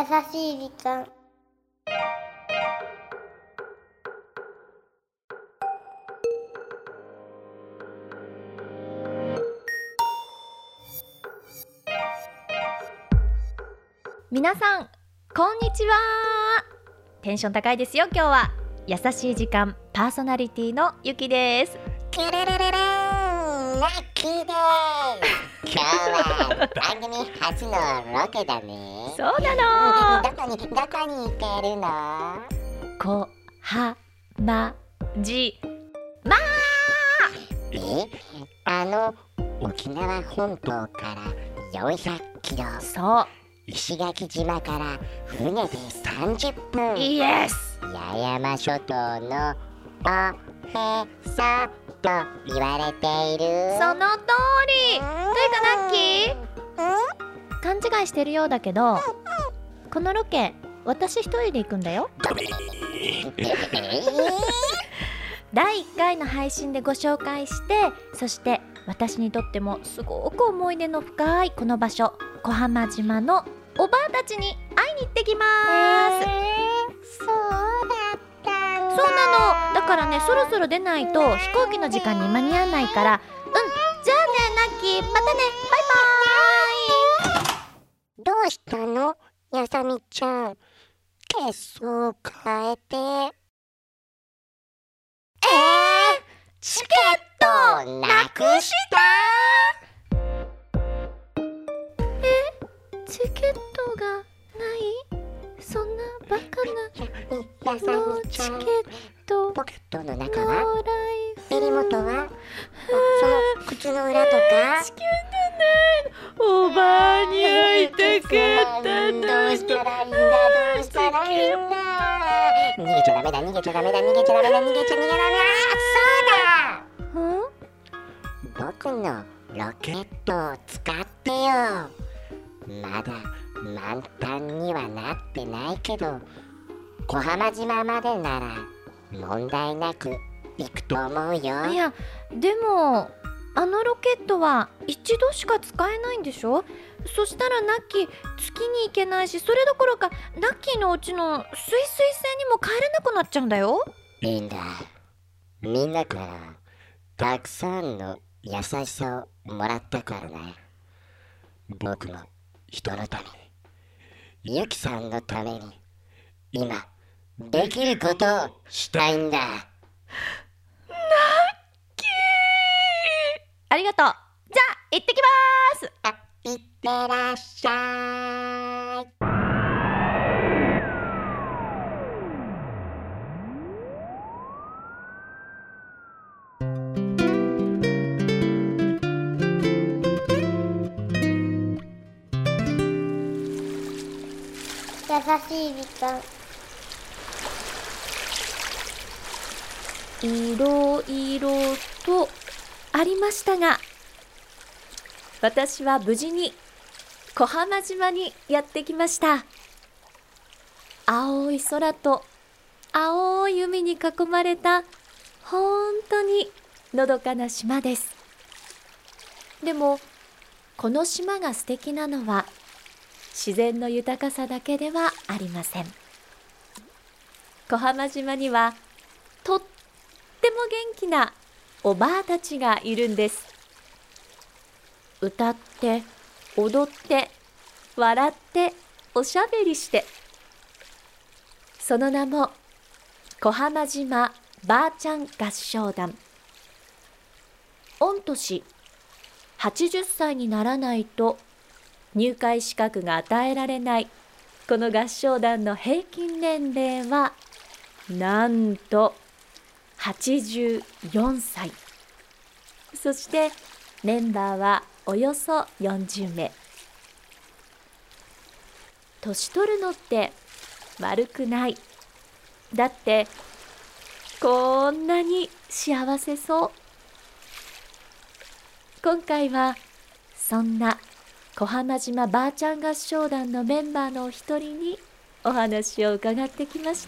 しい時間。 皆さんこんにちは。テンション高いですよ。今日は優しい時間パーソナリティのゆきです。 キュルルルルーン、ラッキーです。今日は番組初のロケだね。 そうなの。 どこに行ってるの？ こはまじま沖縄本島から400キロ、 そう石垣島から船で30分、 イエス。 八重山諸島のおへそと言われている。 その通り。というかナッキー、勘違いしてるようだけど、このロケ私一人で行くんだよ。第1回の配信でご紹介して、そして私にとってもすごく思い出の深いこの場所、小浜島のおばあたちに会いに行ってきます。 そうだったんだ。 そうなの。だからね、そろそろ出ないと飛行機の時間に間に合わないから、じゃあねナッキー、またね、バイバーイ。 どうしたの、やさみちゃん。ケーを変えて。チケットなくした。 チケットがない？そんなバカなやさのみちゃん、 チケット。 ポケットの中は？ ノーライフ。 襟元は？その靴の裏とか？ チケットないの。おばあに会いたかったのに。 どうしたらいいんだ、どうしたらいいんだ。逃げちゃダメだ、逃げちゃダメだ、逃げちゃダメだ、逃げちゃダメだ。そうだ、僕のロケットを使ってよ。まだ満タンにはなってないけど、小浜島までなら問題なく行くと思うよ。 いや、でもあのロケットは一度しか使えないんでしょ。そしたらナッキー月に行けないし、それどころかナッキーのうちの水水星にも帰れなくなっちゃうんだよ。 いいんだ。みんなからたくさんの優しさをもらったからね。僕も人のために、ゆきさんのために、今できることをしたいんだ。 ありがとう。じゃあ行ってきます。 いってらっしゃい。 優しい時間。 いろいろとありましたが、私は無事に小浜島にやってきました。青い空と青い海に囲まれた本当にのどかな島です。でもこの島が素敵なのは自然の豊かさだけではありません。小浜島にはとっても元気なおばあたちがいるんです。歌って踊って笑っておしゃべりして、その名も小浜島ばあちゃん合唱団。御年80歳にならないと入会資格が与えられないこの合唱団の平均年齢はなんと84歳。そしてメンバーはおよそ40名。年取るのって悪くない。だってこんなに幸せそう。今回はそんな小浜島ばあちゃん合唱団のメンバーのお一人にお話を伺ってきました。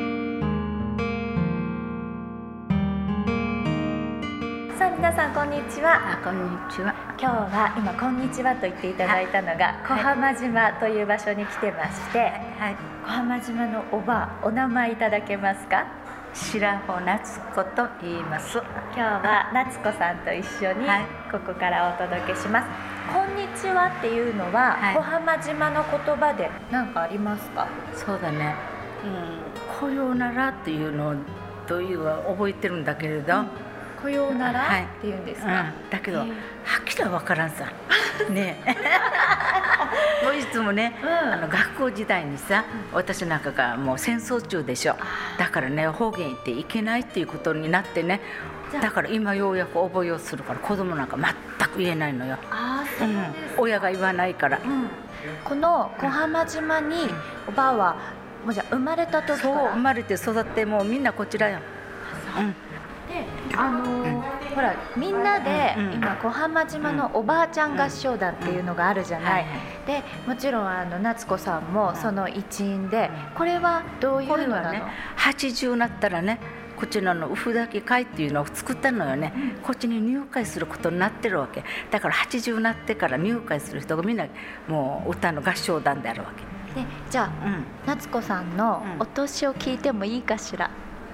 さあ皆さんこんにちちは。 こんにちは。 今日は今こんにちはと言っていただいたのが小浜島という場所に来てまして、 はい、 小浜島のおばあ、お名前いただけますか？ 白穂夏子と言います。 今日は夏子さんと一緒にここからお届けします。こんにちはっていうのは、小浜島の言葉で何かありますか？ そうだね。こよならっていうのをどういうは覚えてるんだけれど。 こよならっていうんですか？ だけどはっきりは分からんさ。ね。もういつもね、学校時代にさ、私なんかがもう戦争中でしょ。だからね、方言言っていけないっていうことになってね。だから今ようやく覚えようするから、子供なんか全く言えないのよ。親が言わないから。 この小浜島におばあはもうじゃ生まれた時から。 そう、生まれて育ってもうみんなこちらよ。 で、ほらみんなで今小浜島のおばあちゃん合唱団っていうのがあるじゃない。でもちろん夏子さんもその一員で、これはどういうのなの？ ね、80になったらね、こちらのウフダキ会っていうのを作ったのよね。こっちに入会することになってるわけだから、80になってから入会する人がみんなもう歌の合唱団であるわけで。じゃあ、夏子さんのお年を聞いてもいいかしら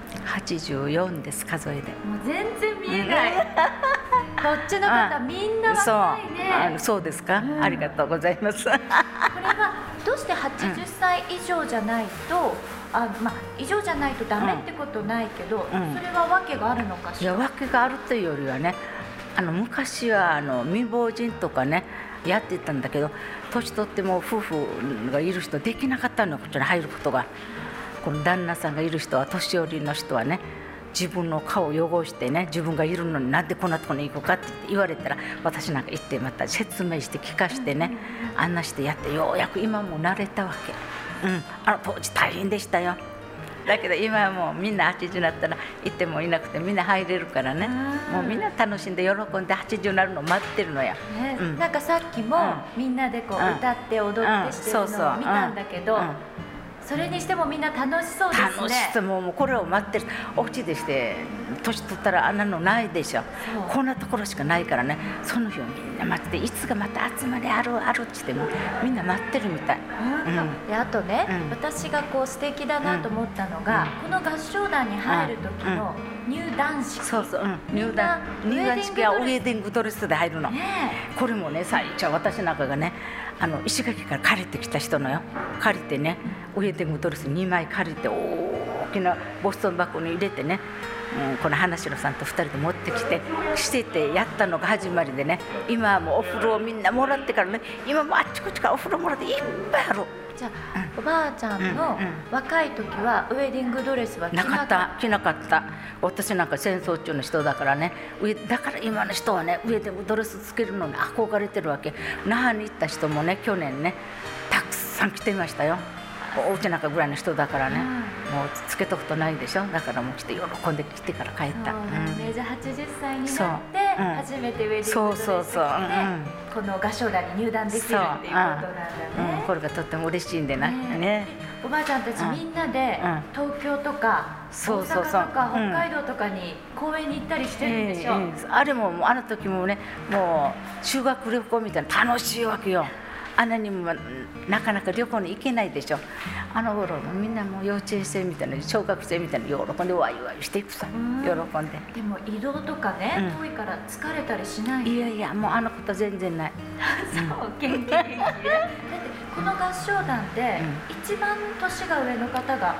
？84です、数えで。 もう全然見えない、こっちの方みんな若いね。 そうですか、ありがとうございます。これはどうして80歳以上じゃないと、以上じゃないとダメってことないけど、それは訳があるのかしら？ いや、訳があるというよりはね、昔は未亡人とかねやってたんだけど、年取っても夫婦がいる人できなかったのよ、こちらに入ることが。この旦那さんがいる人は、年寄りの人はね、自分の顔を汚してね、自分がいるのになんでこんなところに行くかって言われたら、私なんか行ってまた説明して聞かしてね、案内してやって、ようやく今も慣れたわけ。当時大変でしたよ。だけど今はもうみんな80になったら行ってもいなくてみんな入れるからね、もうみんな楽しんで喜んで80になるのを待ってるのよ。 なんかさっきもみんなでこう歌って踊ってしてるのを見たんだけど、それにしてもみんな楽しそうですね。 楽しそう、もうこれを待ってる。お家でして年取ったらあんなのないでしょ。こんなところしかないからね、その日をみんな待ってて、いつがまた集まりあるって言ってもみんな待ってるみたい。 であとね、私がこう素敵だなと思ったのが、この合唱団に入る時の入団式。 そうそう、入団式はウェディングドレスで入るの。これもね、最初は私なんかがね、石垣から借りてきた人のよ。借りてね、ウェディングドレス2枚借りて、大きなボストン箱に入れてね、この花城さんと2人で持ってきてしててやったのが始まりでね。今はもうお風呂をみんなもらってからね、今もあっちこっちからお風呂もらっていっぱいある。 じゃあ、おばあちゃんの若い時はウェディングドレスは着なかった？ 着なかった。私なんか戦争中の人だからね、だから今の人はね、ウェディングドレスつけるのに憧れてるわけ。那覇に行った人もね、去年ねたくさん来ていましたよ。お家なんかぐらいの人だからね、もうつけたことないでしょ。だからもう来て喜んで来てから帰った。 じゃあ80歳になって初めてウェディングドレス着てこの合唱団に入団できるっていうことなんだね。 これがとっても嬉しいんでね。 おばあちゃんたちみんなで東京とか大阪とか北海道とかに公園に行ったりしてるんでしょ。 あれもあの時もね、もう修学旅行みたいな楽しいわけよ。あんなにもなかなか旅行に行けないでしょ。あの頃みんなもう幼稚園生みたいな、小学生みたいな喜んでワイワイしていくさ。喜んで。 でも移動とかね、遠いから疲れたりしない？ いやいや、もうあのこと全然ない。 そう、元気だってこの合唱団で一番年が上の方が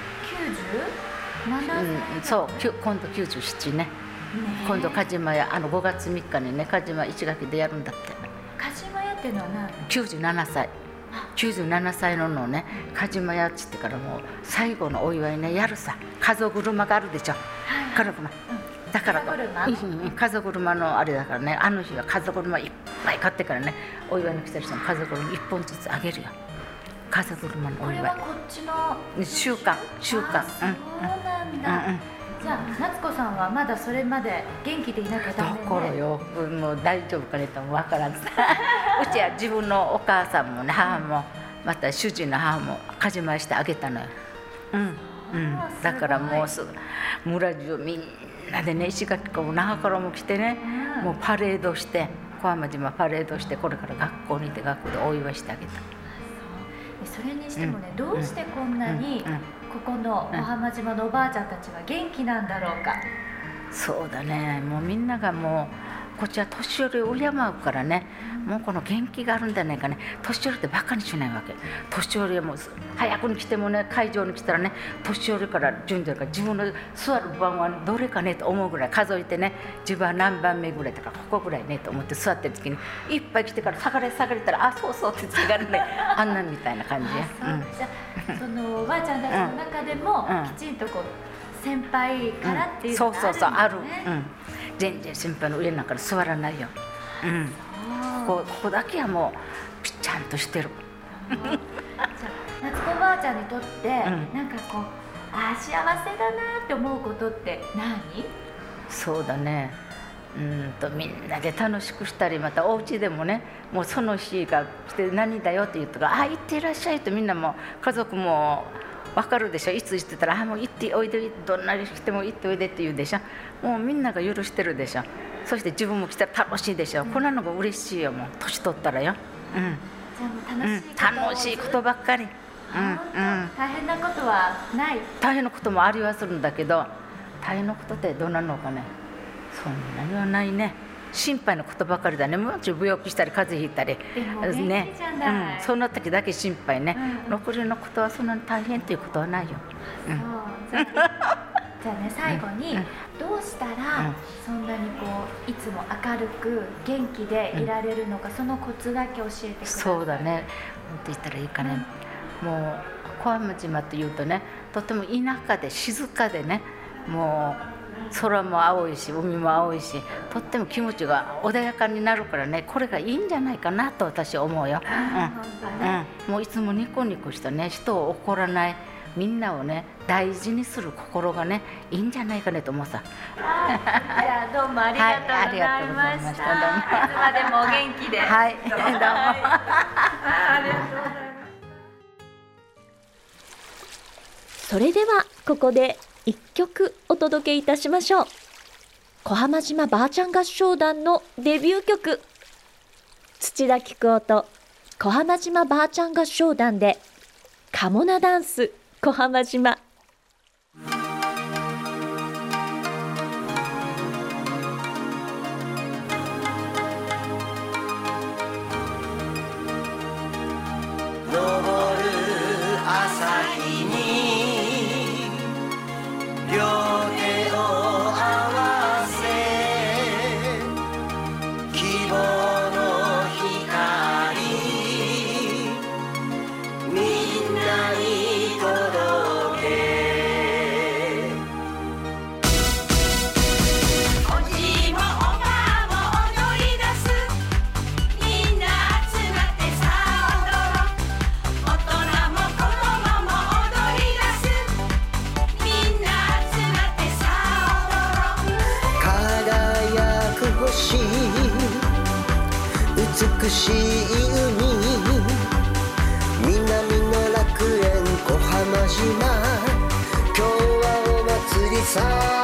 97歳。 そう、今度97ね。今度梶間屋、5月3日にね、梶間市垣でやるんだって。 梶間屋っていうのは何 ？97歳。97歳のね、梶間屋っつってからもう最後のお祝いねやるさ。家族車があるでしょ。家族車。だから家族車のあれだからね、あの日は家族車いっぱい買ってからね、お祝いに来てる人に家族車1本ずつあげるよ。家族車のお祝い。これはこっちの習慣。 そうなんだ。じゃあ夏子さんはまだそれまで元気でいなきゃダメね。 だからよ、もう大丈夫かねとも分からんさ。うちは自分のお母さんもね、母もまた主人の母も梶間してあげたのよ。 だからもう村中みんなでね、石垣から那覇からも来てね、もうパレードして、小浜島パレードして、これから学校に行って学校でお祝いしてあげた。 それにしてもね、どうしてこんなにここの小浜島のおばあちゃんたちは元気なんだろうか。 そうだね、もうみんながもうこっちは年寄りを敬うからね、もうこの元気があるんじゃないかね。年寄りってバカにしないわけ。年寄りはもう早くに来てもね、会場に来たらね、年寄りから順序から自分の座る番はどれかねと思うぐらい数えてね、自分は何番目ぐらいとか、ここぐらいねと思って座ってる時にいっぱい来てから下がれ下がれたら、あ、そうそうって次がるね、あんなみたいな感じや。 じゃあそのおばあちゃんたちの中でもきちんとこう先輩からっていうのがあるんですね。 そうそうそう、ある。全然先輩の上なんか座らないよ。ここだけはもうピッチャンとしてる。 じゃあ夏子おばあちゃんにとって、なんかこう幸せだなって思うことって何？ そうだね、みんなで楽しくしたり、またお家でもね、もうその日が来て何だよって言ったら、あ、行ってらっしゃいとみんなも家族も分かるでしょ。いつ行ってたら、あ、もう行っておいで、どんなに来ても行っておいでって言うでしょ。もうみんなが許してるでしょ。そして自分も来たら楽しいでしょ。こんなのが嬉しいよ、もう年取ったらよ。 じゃあもう楽しいことばっかり。 大変なことはない。 大変なこともありはするんだけど、大変なことってどうなのかね。そんなにはないね。心配なことばかりだね。もうちょっと病気したり風邪ひいたりね、そんな時だけ心配ね。残りのことはそんなに大変っていうことはないよ。 じゃあね、最後にどうしたらそんなにこういつも明るく元気でいられるのか、そのコツだけ教えてください。 そうだね、なんて言ったらいいかね。もう小浜島っていうとね、とても田舎で静かでね、もう空も青いし海も青いし、とっても気持ちが穏やかになるからね、これがいいんじゃないかなと私は思うよ。もういつもニコニコしたね、人を怒らない、みんなをね大事にする心がね、いいんじゃないかねと思うさ。 じゃあどうもありがとうございました。いつまでもお元気で。 はい、どうも。 ありがとうございます。 それではここで一曲お届けいたしましょう。小浜島ばあちゃん合唱団のデビュー曲、土田菊夫と小浜島ばあちゃん合唱団でカモナダンス小浜島。 美しい海、南の楽園小浜島、今日はお祭りさ。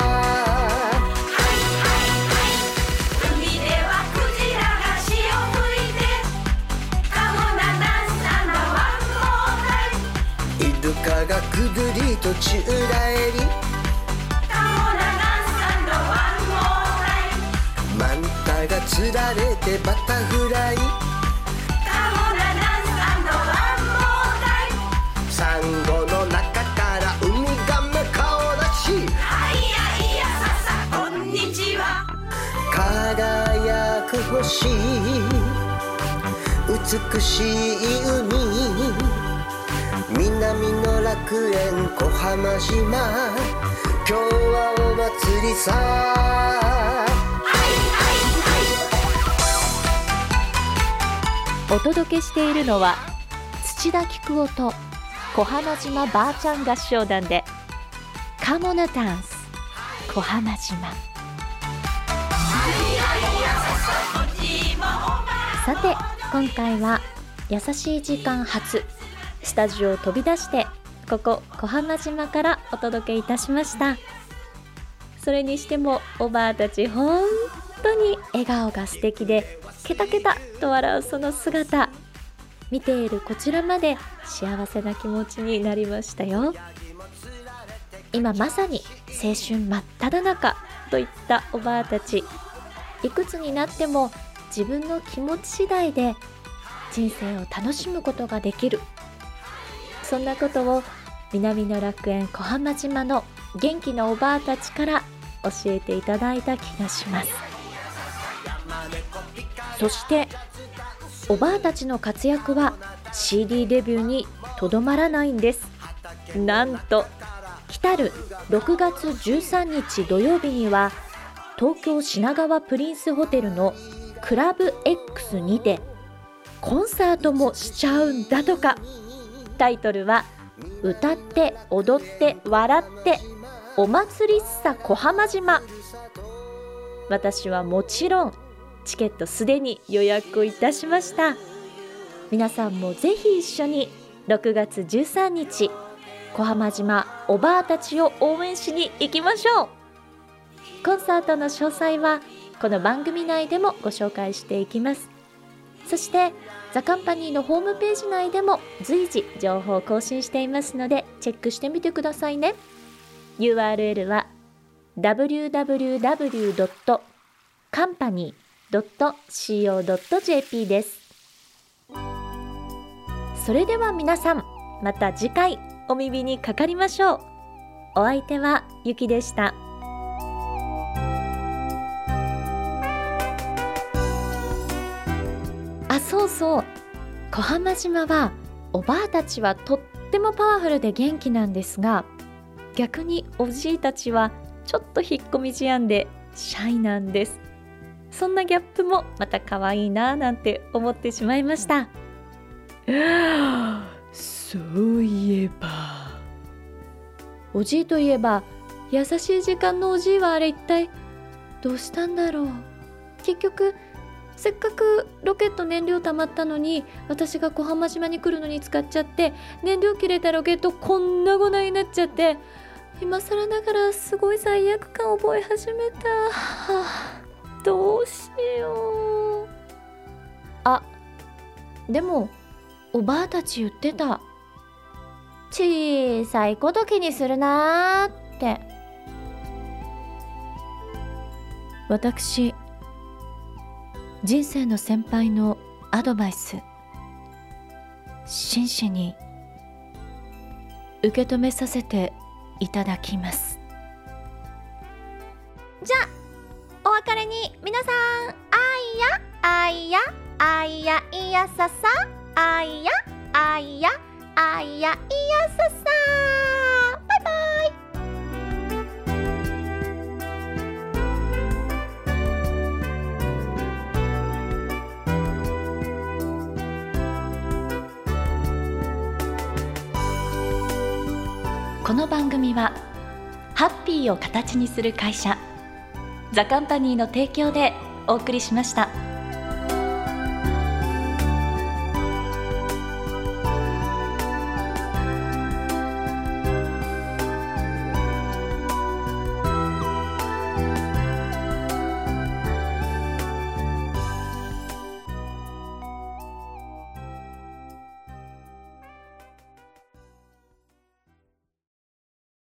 はいはいはい、海ではクジラが潮吹いて、カモナダンス&ワンモータイム、 イルカがくるりと宙返り、 カモナダンス&ワンモータイム、 マンタがつられてバタフライ、 カモナダンス&ワンモータイム、 サンゴの中からウミガメ顔出し、 はいやいやささこんにちは、 輝く星、美しい海、南の楽園小浜島、今日はお祭りさ。 お届けしているのは土田菊夫と小浜島ばあちゃん合唱団でカモナダンス小浜島。さて今回は優しい時間初スタジオを飛び出してここ小浜島からお届けいたしました。それにしてもおばあたち本当に笑顔が素敵で、ケタケタと笑うその姿、見ているこちらまで幸せな気持ちになりましたよ。今まさに青春真っ只中といったおばあたち、いくつになっても自分の気持ち次第で人生を楽しむことができる、そんなことを南の楽園小浜島の元気なおばあたちから教えていただいた気がします。そしておばあたちの活躍は CD デビューにとどまらないんです。なんと来たる6月13日土曜日には東京品川プリンスホテルのクラブ X にてコンサートもしちゃうんだとか。タイトルは歌って踊って笑ってお祭りっさ小浜島。私はもちろんチケットすでに予約をいたしました。皆さんもぜひ一緒に6月13日小浜島おばあたちを応援しに行きましょう。コンサートの詳細はこの番組内でもご紹介していきます。そしてザ・カンパニーのホームページ内でも随時情報を更新していますのでチェックしてみてくださいね。 URL は www.company.co.jp です。それでは皆さん、また次回お耳にかかりましょう。お相手はゆきでした。そうそう、小浜島はおばあたちはとってもパワフルで元気なんですが、逆におじいたちはちょっと引っ込み思案でシャイなんです。そんなギャップもまた可愛いななんて思ってしまいました。そういえば、おじいといえば優しい時間のおじいはあれ一体どうしたんだろう。結局せっかくロケット燃料溜まったのに私が小浜島に来るのに使っちゃって、燃料切れたロケットこんなごなになっちゃって、今更ながらすごい罪悪感覚え始めた。どうしよう。あ、でもおばあたち言ってた。小さいこと気にするなーって。私人生の先輩のアドバイス、真摯に受け止めさせていただきます。じゃあお別れに皆さん、あいやいやささ、あいやいやささ、バイバイ。この番組はハッピーを形にする会社ザ・カンパニーの提供でお送りしました。